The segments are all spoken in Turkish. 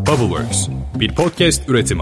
Bubbleworks, bir podcast üretimi.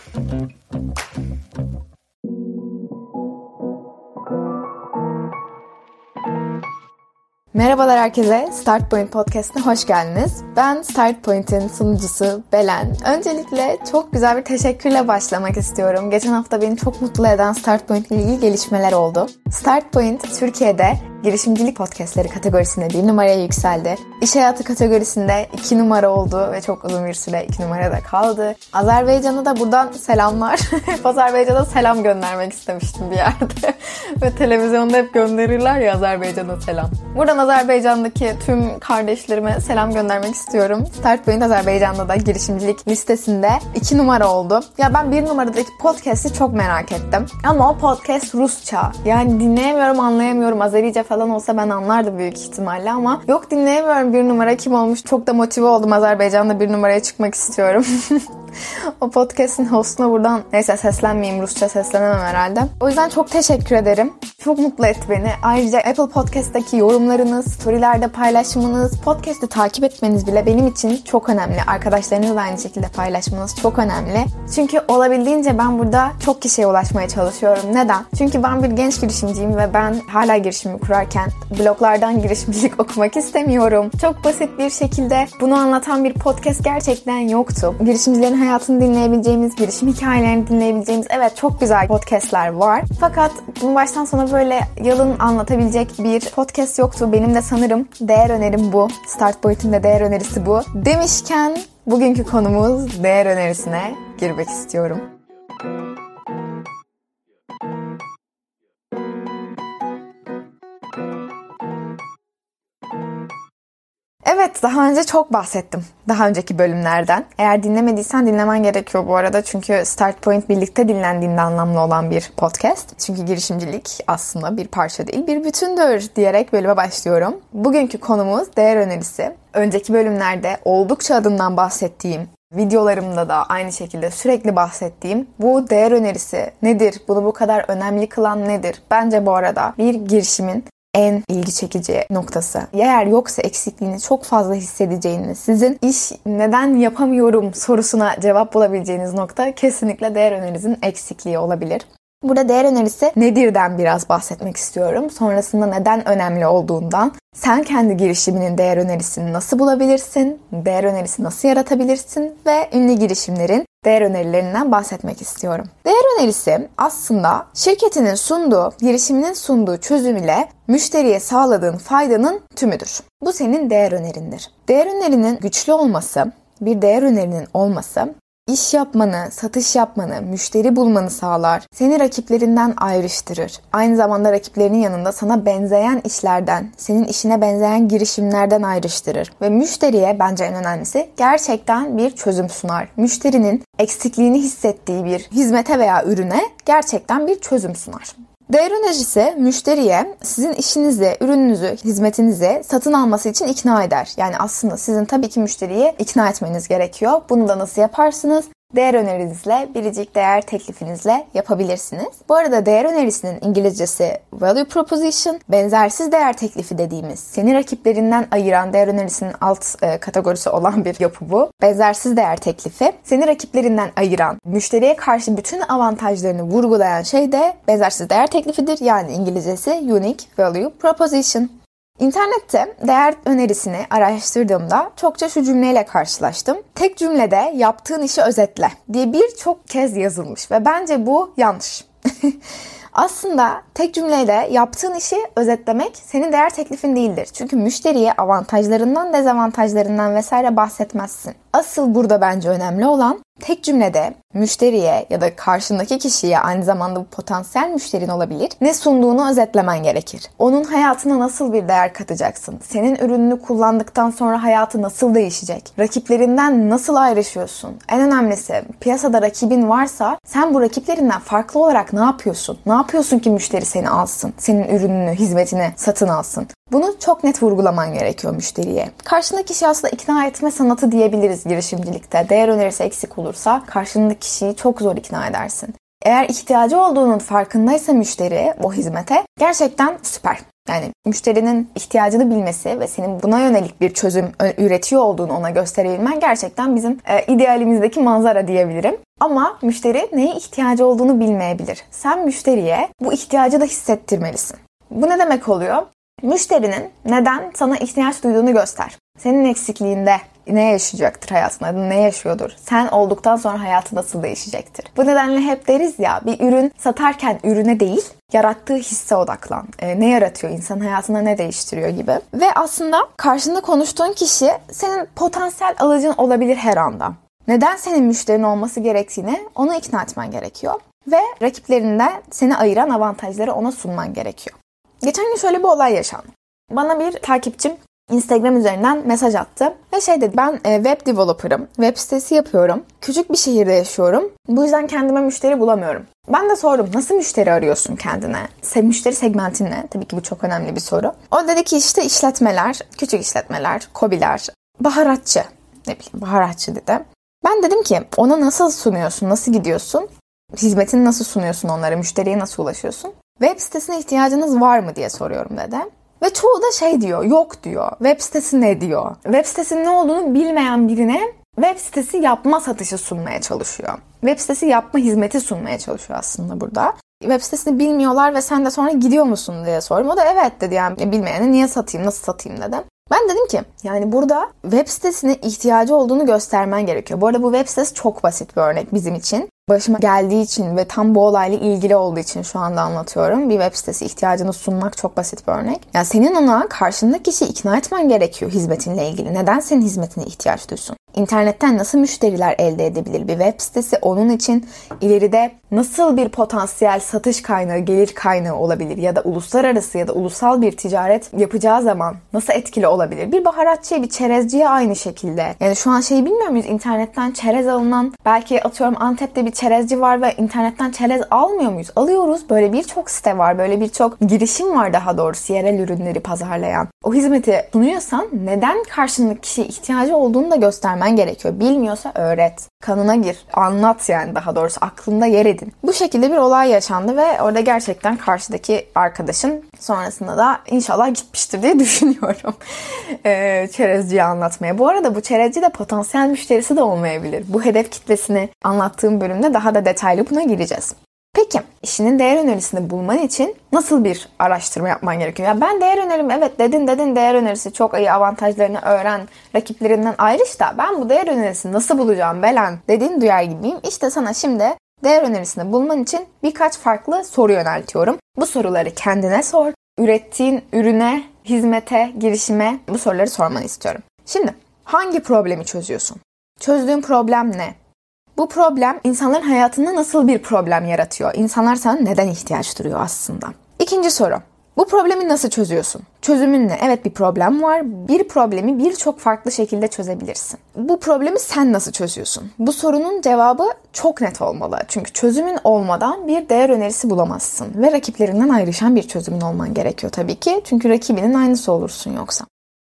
Merhabalar herkese, Start Point Podcast'ine hoş geldiniz. Ben Start Point'in sunucusu Belen. Öncelikle çok güzel bir teşekkürle başlamak istiyorum. Geçen hafta beni çok mutlu eden Start Point ile ilgili gelişmeler oldu. Start Point, Türkiye'de girişimcilik podcastleri kategorisinde 1 numaraya yükseldi. İş hayatı kategorisinde 2 numara oldu ve çok uzun bir süre 2 numarada kaldı. Azerbaycan'a da buradan selamlar. Azerbaycan'a selam göndermek istemiştim bir yerde. Ve televizyonda hep gönderirler ya Azerbaycan'a selam. Buradan Azerbaycan'daki tüm kardeşlerime selam göndermek istiyorum. Start Point Azerbaycan'da da girişimcilik listesinde 2 numara oldu. Ya ben 1 numaradaki podcast'i çok merak ettim. Ama o podcast Rusça. Yani dinleyemiyorum, anlayamıyorum. Azerice falan olsa ben anlardım büyük ihtimalle ama yok, dinleyemiyorum 1 numara kim olmuş. Çok da motive oldum, Azerbaycan'da 1 numaraya çıkmak istiyorum. O podcast'in hostuna buradan neyse seslenmeyeyim, Rusça seslenemem herhalde. O yüzden çok teşekkür ederim. Çok mutlu etti beni. Ayrıca Apple Podcast'taki yorumlarınız, storylerde paylaşmanız, podcast'ı takip etmeniz bile benim için çok önemli. Arkadaşlarınızla da aynı şekilde paylaşmanız çok önemli. Çünkü olabildiğince ben burada çok kişiye ulaşmaya çalışıyorum. Neden? Çünkü ben bir genç girişimciyim ve ben hala girişimimi kurarken bloglardan girişimcilik okumak istemiyorum. Çok basit bir şekilde bunu anlatan bir podcast gerçekten yoktu. Girişimcilerin hayatını dinleyebileceğimiz, girişim hikayelerini dinleyebileceğimiz evet çok güzel podcastler var. Fakat bunu baştan sona böyle yalın anlatabilecek bir podcast yoktu. Benim de sanırım değer önerim bu. Start Point'in de değer önerisi bu. Demişken bugünkü konumuz değer önerisine girmek istiyorum. Evet, daha önce çok bahsettim. Daha önceki bölümlerden. Eğer dinlemediysen dinlemen gerekiyor bu arada. Çünkü Start Point birlikte dinlendiğinde anlamlı olan bir podcast. Çünkü girişimcilik aslında bir parça değil, bir bütündür diyerek bölüme başlıyorum. Bugünkü konumuz değer önerisi. Önceki bölümlerde oldukça adından bahsettiğim, videolarımda da aynı şekilde sürekli bahsettiğim bu değer önerisi nedir? Bunu bu kadar önemli kılan nedir? Bence bu arada bir girişimin en ilgi çekici noktası. Eğer yoksa eksikliğini çok fazla hissedeceğiniz, sizin iş neden yapamıyorum sorusuna cevap bulabileceğiniz nokta kesinlikle değer önerinizin eksikliği olabilir. Burada değer önerisi nedirden biraz bahsetmek istiyorum. Sonrasında neden önemli olduğundan, sen kendi girişiminin değer önerisini nasıl bulabilirsin, değer önerisi nasıl yaratabilirsin ve ünlü girişimlerin değer önerilerinden bahsetmek istiyorum. Değer önerisi aslında şirketinin sunduğu, girişiminin sunduğu çözüm ile müşteriye sağladığın faydanın tümüdür. Bu senin değer önerindir. Değer önerinin güçlü olması, bir değer önerinin olması, İş yapmanı, satış yapmanı, müşteri bulmanı sağlar. Seni rakiplerinden ayrıştırır. Aynı zamanda rakiplerinin yanında sana benzeyen işlerden, senin işine benzeyen girişimlerden ayrıştırır. Ve müşteriye, bence en önemlisi, gerçekten bir çözüm sunar. Müşterinin eksikliğini hissettiği bir hizmete veya ürüne gerçekten bir çözüm sunar. Değer önerisi müşteriye sizin işinizi, ürününüzü, hizmetinizi satın alması için ikna eder. Yani aslında sizin tabii ki müşteriyi ikna etmeniz gerekiyor. Bunu da nasıl yaparsınız? Değer önerinizle, biricik değer teklifinizle yapabilirsiniz. Bu arada değer önerisinin İngilizcesi value proposition, benzersiz değer teklifi dediğimiz, seni rakiplerinden ayıran değer önerisinin alt kategorisi olan bir yapı bu. Benzersiz değer teklifi, seni rakiplerinden ayıran, müşteriye karşı bütün avantajlarını vurgulayan şey de benzersiz değer teklifidir. Yani İngilizcesi unique value proposition. İnternette değer önerisini araştırdığımda çokça şu cümleyle karşılaştım. Tek cümlede yaptığın işi özetle diye birçok kez yazılmış ve bence bu yanlış. Aslında tek cümleyle yaptığın işi özetlemek senin değer teklifin değildir. Çünkü müşteriye avantajlarından, dezavantajlarından vesaire bahsetmezsin. Asıl burada bence önemli olan tek cümlede müşteriye ya da karşındaki kişiye, aynı zamanda bu potansiyel müşterin olabilir, ne sunduğunu özetlemen gerekir. Onun hayatına nasıl bir değer katacaksın? Senin ürününü kullandıktan sonra hayatı nasıl değişecek? Rakiplerinden nasıl ayrışıyorsun? En önemlisi, piyasada rakibin varsa sen bu rakiplerinden farklı olarak ne yapıyorsun? Ne yapıyorsun ki müşteri seni alsın? Senin ürününü, hizmetini satın alsın? Bunu çok net vurgulaman gerekiyor müşteriye. Karşındaki kişi aslında ikna etme sanatı diyebiliriz girişimcilikte. Değer önerisi eksik olursa karşındaki kişiyi çok zor ikna edersin. Eğer ihtiyacı olduğunun farkındaysa müşteri o hizmete, gerçekten süper. Yani müşterinin ihtiyacını bilmesi ve senin buna yönelik bir çözüm üretiyor olduğunu ona gösterebilmen gerçekten bizim idealimizdeki manzara diyebilirim. Ama müşteri neye ihtiyacı olduğunu bilmeyebilir. Sen müşteriye bu ihtiyacı da hissettirmelisin. Bu ne demek oluyor? Müşterinin neden sana ihtiyaç duyduğunu göster. Senin eksikliğinde ne yaşayacaktır hayatında, ne yaşıyordur? Sen olduktan sonra hayatı nasıl değişecektir? Bu nedenle hep deriz ya, bir ürün satarken ürüne değil, yarattığı hisse odaklan. Ne yaratıyor, insan hayatında ne değiştiriyor gibi. Ve aslında karşında konuştuğun kişi senin potansiyel alıcın olabilir her anda. Neden senin müşterin olması gerektiğini onu ikna etmen gerekiyor. Ve rakiplerinden seni ayıran avantajları ona sunman gerekiyor. Geçen gün şöyle bir olay yaşandı. Bana bir takipçim Instagram üzerinden mesaj attı ve şey dedi, ben web developer'ım, web sitesi yapıyorum, küçük bir şehirde yaşıyorum, bu yüzden kendime müşteri bulamıyorum. Ben de sordum, nasıl müşteri arıyorsun kendine? Müşteri segmentin ne? Tabii ki bu çok önemli bir soru. O dedi ki işte işletmeler, küçük işletmeler, KOBİ'ler, baharatçı, ne bileyim baharatçı dedi. Ben dedim ki ona nasıl sunuyorsun, nasıl gidiyorsun? Hizmetini nasıl sunuyorsun onlara, müşteriye nasıl ulaşıyorsun? Web sitesine ihtiyacınız var mı diye soruyorum dedi. Ve çoğu da şey diyor, yok diyor. Web sitesi ne diyor? Web sitesinin ne olduğunu bilmeyen birine web sitesi yapma satışı sunmaya çalışıyor. Web sitesi yapma hizmeti sunmaya çalışıyor aslında burada. Web sitesini bilmiyorlar ve sen de sonra gidiyor musun diye sordum. O da evet dedi, yani bilmeyene niye satayım, nasıl satayım dedi. Ben dedim ki yani burada web sitesine ihtiyacı olduğunu göstermen gerekiyor. Bu arada bu web sitesi çok basit bir örnek bizim için. Başıma geldiği için ve tam bu olayla ilgili olduğu için şu anda anlatıyorum. Bir web sitesi ihtiyacını sunmak çok basit bir örnek. Yani senin ona karşındaki kişiyi ikna etmen gerekiyor hizmetinle ilgili. Neden senin hizmetine ihtiyaç duysun? İnternetten nasıl müşteriler elde edebilir? Bir web sitesi onun için ileride nasıl bir potansiyel satış kaynağı, gelir kaynağı olabilir? Ya da uluslararası ya da ulusal bir ticaret yapacağı zaman nasıl etkili olabilir? Bir baharatçıya, bir çerezciye aynı şekilde. Yani şu an şeyi bilmiyor muyuz? İnternetten çerez alınan, belki atıyorum Antep'te bir çerezci var ve internetten çerez almıyor muyuz? Alıyoruz. Böyle birçok site var. Böyle birçok girişim var daha doğrusu yerel ürünleri pazarlayan. O hizmeti sunuyorsan neden karşındaki kişiye ihtiyacı olduğunu da göstermen gerekiyor. Bilmiyorsa öğret. Kanına gir. Anlat yani daha doğrusu. Aklında yer edin. Bu şekilde bir olay yaşandı ve orada gerçekten karşıdaki arkadaşın sonrasında da inşallah gitmiştir diye düşünüyorum. Çerezciyi anlatmaya. Bu arada bu çerezci de potansiyel müşterisi de olmayabilir. Bu hedef kitlesini anlattığım bölümde daha da detaylı buna gireceğiz. Peki, işinin değer önerisini bulman için nasıl bir araştırma yapman gerekiyor? Ya ben değer önerim, evet dedin değer önerisi çok iyi, avantajlarını öğren, rakiplerinden ayrış da ben bu değer önerisini nasıl bulacağım Belen dediğini duyar gibiyim. İşte sana şimdi değer önerisini bulman için birkaç farklı soru yöneltiyorum. Bu soruları kendine sor. Ürettiğin ürüne, hizmete, girişime bu soruları sormanı istiyorum. Şimdi hangi problemi çözüyorsun? Çözdüğün problem ne? Bu problem insanların hayatında nasıl bir problem yaratıyor? İnsanlar sana neden ihtiyaç duyuyor aslında? İkinci soru. Bu problemi nasıl çözüyorsun? Çözümün ne? Evet, bir problem var. Bir problemi birçok farklı şekilde çözebilirsin. Bu problemi sen nasıl çözüyorsun? Bu sorunun cevabı çok net olmalı. Çünkü çözümün olmadan bir değer önerisi bulamazsın. Ve rakiplerinden ayrışan bir çözümün olman gerekiyor tabii ki. Çünkü rakibinin aynısı olursun yoksa.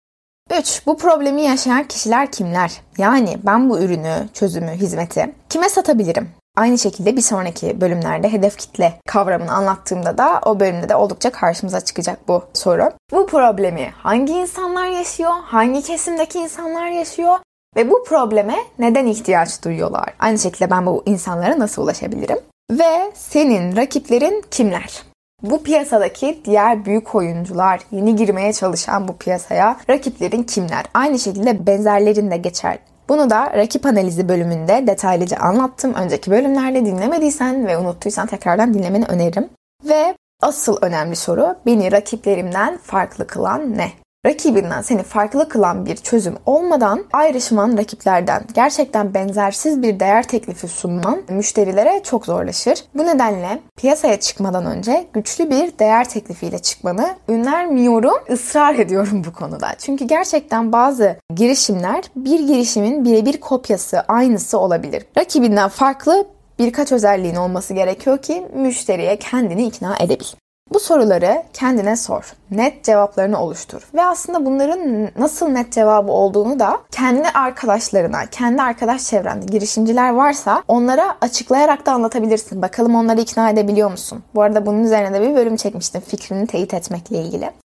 3. Bu problemi yaşayan kişiler kimler? Yani ben bu ürünü, çözümü, hizmeti kime satabilirim? Aynı şekilde bir sonraki bölümlerde hedef kitle kavramını anlattığımda da o bölümde de oldukça karşımıza çıkacak bu soru. Bu problemi hangi insanlar yaşıyor? Hangi kesimdeki insanlar yaşıyor? Ve bu probleme neden ihtiyaç duyuyorlar? Aynı şekilde ben bu insanlara nasıl ulaşabilirim? Ve senin rakiplerin kimler? Bu piyasadaki diğer büyük oyuncular, yeni girmeye çalışan bu piyasaya rakiplerin kimler? Aynı şekilde benzerlerin de geçerli. Bunu da rakip analizi bölümünde detaylıca anlattım. Önceki bölümlerde dinlemediysen ve unuttuysan tekrardan dinlemeni öneririm. Ve asıl önemli soru, beni rakiplerimden farklı kılan ne? Rakibinden seni farklı kılan bir çözüm olmadan ayrışman rakiplerden gerçekten benzersiz bir değer teklifi sunman müşterilere çok zorlaşır. Bu nedenle piyasaya çıkmadan önce güçlü bir değer teklifiyle çıkmanı önermiyorum, ısrar ediyorum bu konuda. Çünkü gerçekten bazı girişimler bir girişimin birebir kopyası, aynısı olabilir. Rakibinden farklı birkaç özelliğin olması gerekiyor ki müşteriye kendini ikna edebil. Bu soruları kendine sor. Net cevaplarını oluştur. Ve aslında bunların nasıl net cevabı olduğunu da kendi arkadaşlarına, kendi arkadaş çevrende girişimciler varsa onlara açıklayarak da anlatabilirsin. Bakalım onları ikna edebiliyor musun? Bu arada bunun üzerine de bir bölüm çekmiştim. Fikrini teyit etmekle ilgili.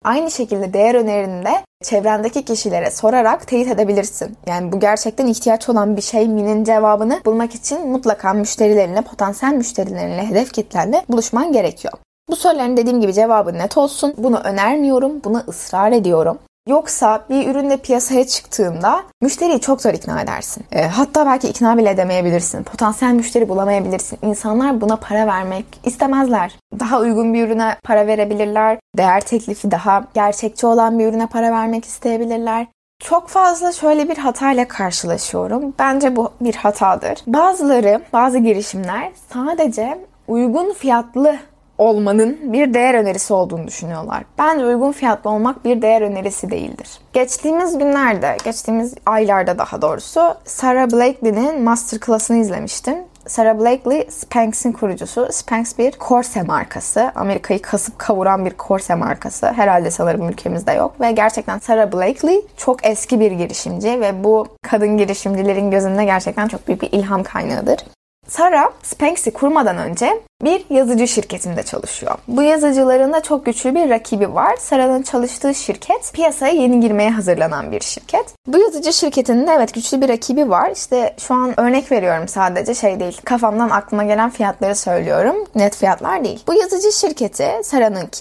Aynı şekilde değer önerini de çevrendeki kişilere sorarak teyit edebilirsin. Yani bu gerçekten ihtiyaç olan bir şey mi'nin cevabını bulmak için mutlaka müşterilerinle, potansiyel müşterilerinle, hedef kitlenle buluşman gerekiyor. Bu soruların dediğim gibi cevabı net olsun. Bunu önermiyorum, buna ısrar ediyorum. Yoksa bir ürünle piyasaya çıktığında müşteriyi çok zor ikna edersin. Hatta belki ikna bile edemeyebilirsin. Potansiyel müşteri bulamayabilirsin. İnsanlar buna para vermek istemezler. Daha uygun bir ürüne para verebilirler. Değer teklifi daha gerçekçi olan bir ürüne para vermek isteyebilirler. Çok fazla şöyle bir hatayla karşılaşıyorum. Bence bu bir hatadır. Bazı girişimler sadece uygun fiyatlı olmanın bir değer önerisi olduğunu düşünüyorlar. Bence uygun fiyatlı olmak bir değer önerisi değildir. Geçtiğimiz aylarda daha doğrusu Sara Blakely'nin masterclass'ını izlemiştim. Sara Blakely, Spanx'in kurucusu. Spanx bir korse markası. Amerika'yı kasıp kavuran bir korse markası. Herhalde sanırım ülkemizde yok. Ve gerçekten Sara Blakely çok eski bir girişimci ve bu kadın girişimcilerin gözünde gerçekten çok büyük bir ilham kaynağıdır. Sara, Spanx'i kurmadan önce bir yazıcı şirketinde çalışıyor. Bu yazıcıların da çok güçlü bir rakibi var. Sara'nın çalıştığı şirket, piyasaya yeni girmeye hazırlanan bir şirket. Bu yazıcı şirketinin de evet güçlü bir rakibi var. İşte şu an örnek veriyorum sadece değil. Kafamdan aklıma gelen fiyatları söylüyorum. Net fiyatlar değil. Bu yazıcı şirketi, Sara'nınki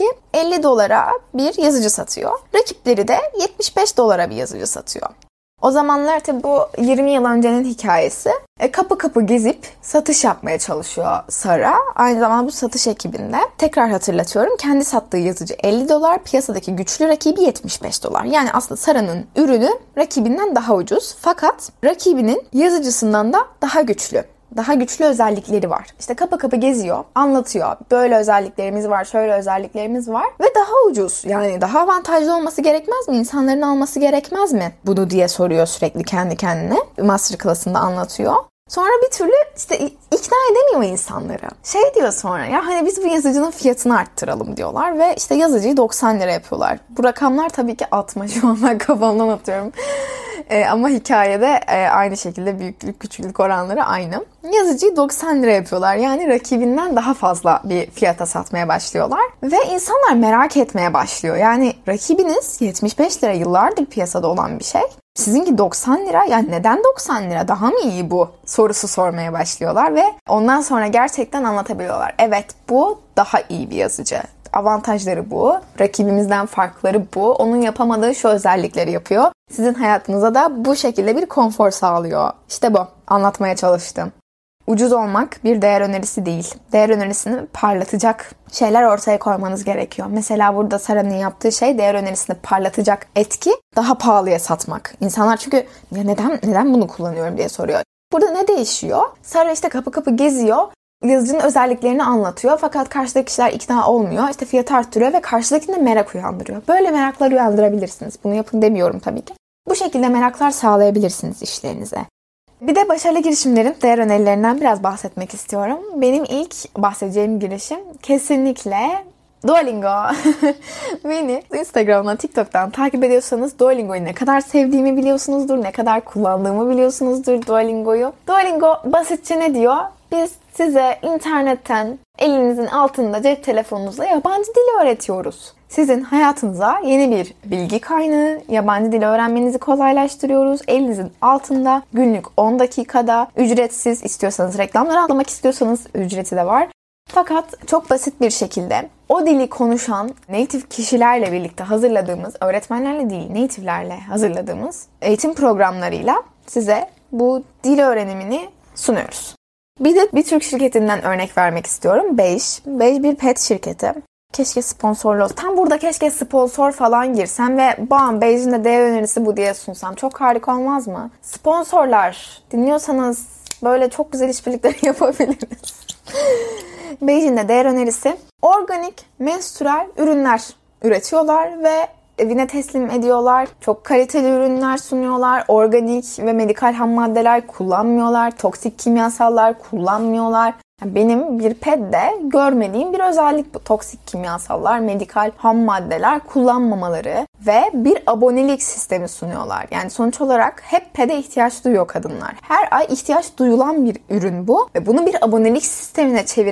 $50 bir yazıcı satıyor. Rakipleri de $75 bir yazıcı satıyor. O zamanlar tabii bu 20 yıl öncenin hikayesi. Kapı kapı gezip satış yapmaya çalışıyor Sara. Aynı zamanda bu satış ekibinde tekrar hatırlatıyorum kendi sattığı yazıcı $50, piyasadaki güçlü rakibi $75. Yani aslında Sara'nın ürünü rakibinden daha ucuz fakat rakibinin yazıcısından da daha güçlü. Daha güçlü özellikleri var. İşte kapı kapı geziyor, anlatıyor. Böyle özelliklerimiz var, şöyle özelliklerimiz var. Ve daha ucuz. Yani daha avantajlı olması gerekmez mi? İnsanların alması gerekmez mi? Bunu diye soruyor sürekli kendi kendine. Masterclass'ında anlatıyor. Sonra bir türlü işte ikna edemiyor insanları. Diyor sonra ya hani biz bu yazıcının fiyatını arttıralım diyorlar ve işte yazıcıyı 90 lira yapıyorlar. Bu rakamlar tabii ki atma şu an ben kafamdan atıyorum. Ama hikayede aynı şekilde büyüklük küçüklük oranları aynı. Yazıcıyı 90 lira yapıyorlar. Yani rakibinden daha fazla bir fiyata satmaya başlıyorlar. Ve insanlar merak etmeye başlıyor. Yani rakibiniz 75 lira yıllardır piyasada olan bir şey. Sizinki 90 lira. Yani neden 90 lira? Daha mı iyi bu? Sorusu sormaya başlıyorlar ve ondan sonra gerçekten anlatabiliyorlar. Evet bu daha iyi bir yazıcı. Avantajları bu. Rakibimizden farkları bu. Onun yapamadığı şu özellikleri yapıyor. Sizin hayatınıza da bu şekilde bir konfor sağlıyor. İşte bu. Anlatmaya çalıştım. Ucuz olmak bir değer önerisi değil. Değer önerisini parlatacak şeyler ortaya koymanız gerekiyor. Mesela burada Sara'nın yaptığı şey değer önerisini parlatacak etki daha pahalıya satmak. İnsanlar çünkü ya neden bunu kullanıyorum diye soruyor. Burada ne değişiyor? Sara işte kapı kapı geziyor. Yazıcının özelliklerini anlatıyor fakat karşıdaki kişiler ikna olmuyor. İşte fiyatı arttırıyor ve karşıdakinde merak uyandırıyor. Böyle meraklar uyandırabilirsiniz. Bunu yapın demiyorum tabii ki. Bu şekilde meraklar sağlayabilirsiniz işlerinize. Bir de başarılı girişimlerin değer önerilerinden biraz bahsetmek istiyorum. Benim ilk bahsedeceğim girişim kesinlikle Duolingo. Beni Instagram'dan, TikTok'tan takip ediyorsanız Duolingo'yu ne kadar sevdiğimi biliyorsunuzdur, ne kadar kullandığımı biliyorsunuzdur Duolingo'yu. Duolingo basitçe ne diyor? Biz size internetten elinizin altında cep telefonunuzla yabancı dil öğretiyoruz. Sizin hayatınıza yeni bir bilgi kaynağı, yabancı dil öğrenmenizi kolaylaştırıyoruz. Elinizin altında günlük 10 dakikada ücretsiz, istiyorsanız reklamları almak istiyorsanız ücreti de var. Fakat çok basit bir şekilde o dili konuşan native kişilerle birlikte hazırladığımız, öğretmenlerle değil native'lerle hazırladığımız eğitim programlarıyla size bu dil öğrenimini sunuyoruz. Bir de bir Türk şirketinden örnek vermek istiyorum. Bej bir pet şirketi. Keşke sponsorlu olsa. Tam burada keşke sponsor falan girsem ve Bej'in de değer önerisi bu diye sunsam. Çok harika olmaz mı? Sponsorlar dinliyorsanız böyle çok güzel işbirlikleri yapabiliriz. Bej'in de değer önerisi organik menstrual ürünler üretiyorlar ve evine teslim ediyorlar. Çok kaliteli ürünler sunuyorlar. Organik ve medikal ham maddeler kullanmıyorlar. Toksik kimyasallar kullanmıyorlar. Benim bir pedde görmediğim bir özellik bu. Toksik kimyasallar, medikal ham maddeler kullanmamaları ve bir abonelik sistemi sunuyorlar. Yani sonuç olarak hep pede ihtiyaç duyuyor kadınlar. Her ay ihtiyaç duyulan bir ürün bu ve bunu bir abonelik sistemine çevirmek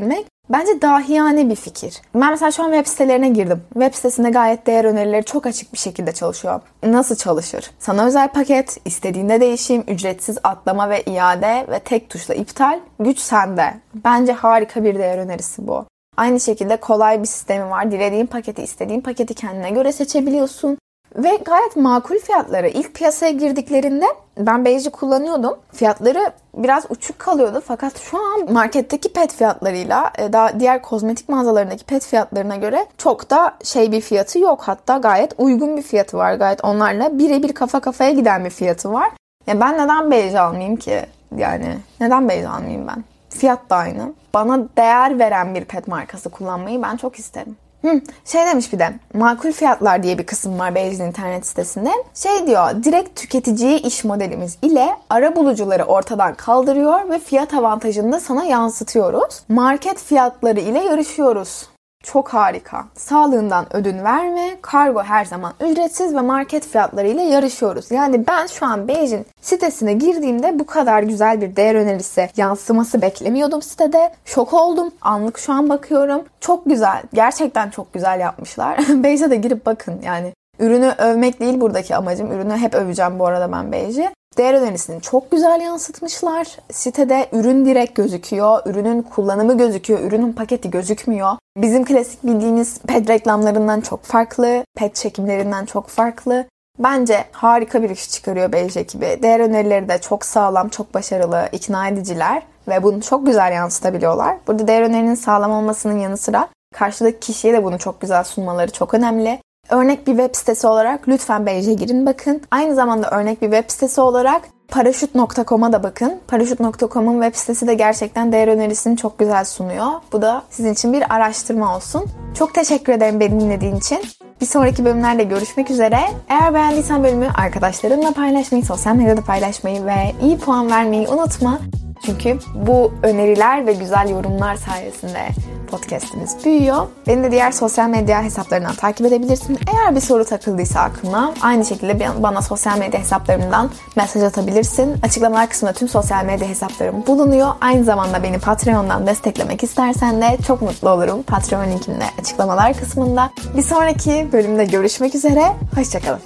Bence dahiyane bir fikir. Ben mesela şu an web sitelerine girdim. Web sitesinde gayet değer önerileri çok açık bir şekilde çalışıyor. Nasıl çalışır? Sana özel paket, istediğinde değişim, ücretsiz atlama ve iade ve tek tuşla iptal. Güç sende. Bence harika bir değer önerisi bu. Aynı şekilde kolay bir sistemi var. Dilediğin paketi, istediğin paketi kendine göre seçebiliyorsun. Ve gayet makul fiyatları. İlk piyasaya girdiklerinde ben Beiji'i kullanıyordum. Fiyatları biraz uçuk kalıyordu. Fakat şu an marketteki pet fiyatlarıyla daha diğer kozmetik mağazalarındaki pet fiyatlarına göre çok da bir fiyatı yok. Hatta gayet uygun bir fiyatı var. Gayet onlarla birebir kafa kafaya giden bir fiyatı var. Ya ben neden Beiji almayayım ki? Yani neden Beiji almayayım ben? Fiyat da aynı. Bana değer veren bir pet markası kullanmayı ben çok isterim. Demiş bir de makul fiyatlar diye bir kısım var Beiji'nin internet sitesinde. Diyor, direkt tüketiciye iş modelimiz ile arabulucuları ortadan kaldırıyor ve fiyat avantajını da sana yansıtıyoruz. Market fiyatları ile yarışıyoruz. Çok harika. Sağlığından ödün verme, kargo her zaman ücretsiz ve market fiyatlarıyla yarışıyoruz. Yani ben şu an Beiji'nin sitesine girdiğimde bu kadar güzel bir değer önerisi yansıması beklemiyordum sitede. Şok oldum. Anlık şu an bakıyorum. Çok güzel. Gerçekten çok güzel yapmışlar. Beiji'ye de girip bakın yani. Ürünü övmek değil buradaki amacım. Ürünü hep öveceğim bu arada ben Beiji'yi. Değer önerisini çok güzel yansıtmışlar. Sitede ürün direkt gözüküyor. Ürünün kullanımı gözüküyor. Ürünün paketi gözükmüyor. Bizim klasik bildiğimiz pet reklamlarından çok farklı. Pet çekimlerinden çok farklı. Bence harika bir iş çıkarıyor Beiji ekibi. Değer önerileri de çok sağlam, çok başarılı, ikna ediciler. Ve bunu çok güzel yansıtabiliyorlar. Burada değer önerinin sağlam olmasının yanı sıra karşıdaki kişiye de bunu çok güzel sunmaları çok önemli. Örnek bir web sitesi olarak lütfen Beiji'ye girin bakın. Aynı zamanda örnek bir web sitesi olarak Paraşüt.com'a da bakın. Paraşüt.com'un web sitesi de gerçekten değer önerisini çok güzel sunuyor. Bu da sizin için bir araştırma olsun. Çok teşekkür ederim beni dinlediğin için. Bir sonraki bölümlerde görüşmek üzere. Eğer beğendiysen bölümü arkadaşlarınla paylaşmayı, sosyal medyada paylaşmayı ve iyi puan vermeyi unutma. Çünkü bu öneriler ve güzel yorumlar sayesinde podcast'imiz büyüyor. Beni de diğer sosyal medya hesaplarından takip edebilirsin. Eğer bir soru takıldıysa aklına aynı şekilde bana sosyal medya hesaplarımdan mesaj atabilirsin. Açıklamalar kısmında tüm sosyal medya hesaplarım bulunuyor. Aynı zamanda beni Patreon'dan desteklemek istersen de çok mutlu olurum. Patreon linkim de açıklamalar kısmında. Bir sonraki bölümde görüşmek üzere. Hoşçakalın.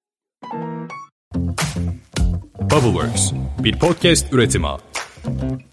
Bubbleworks, bir podcast üretimi.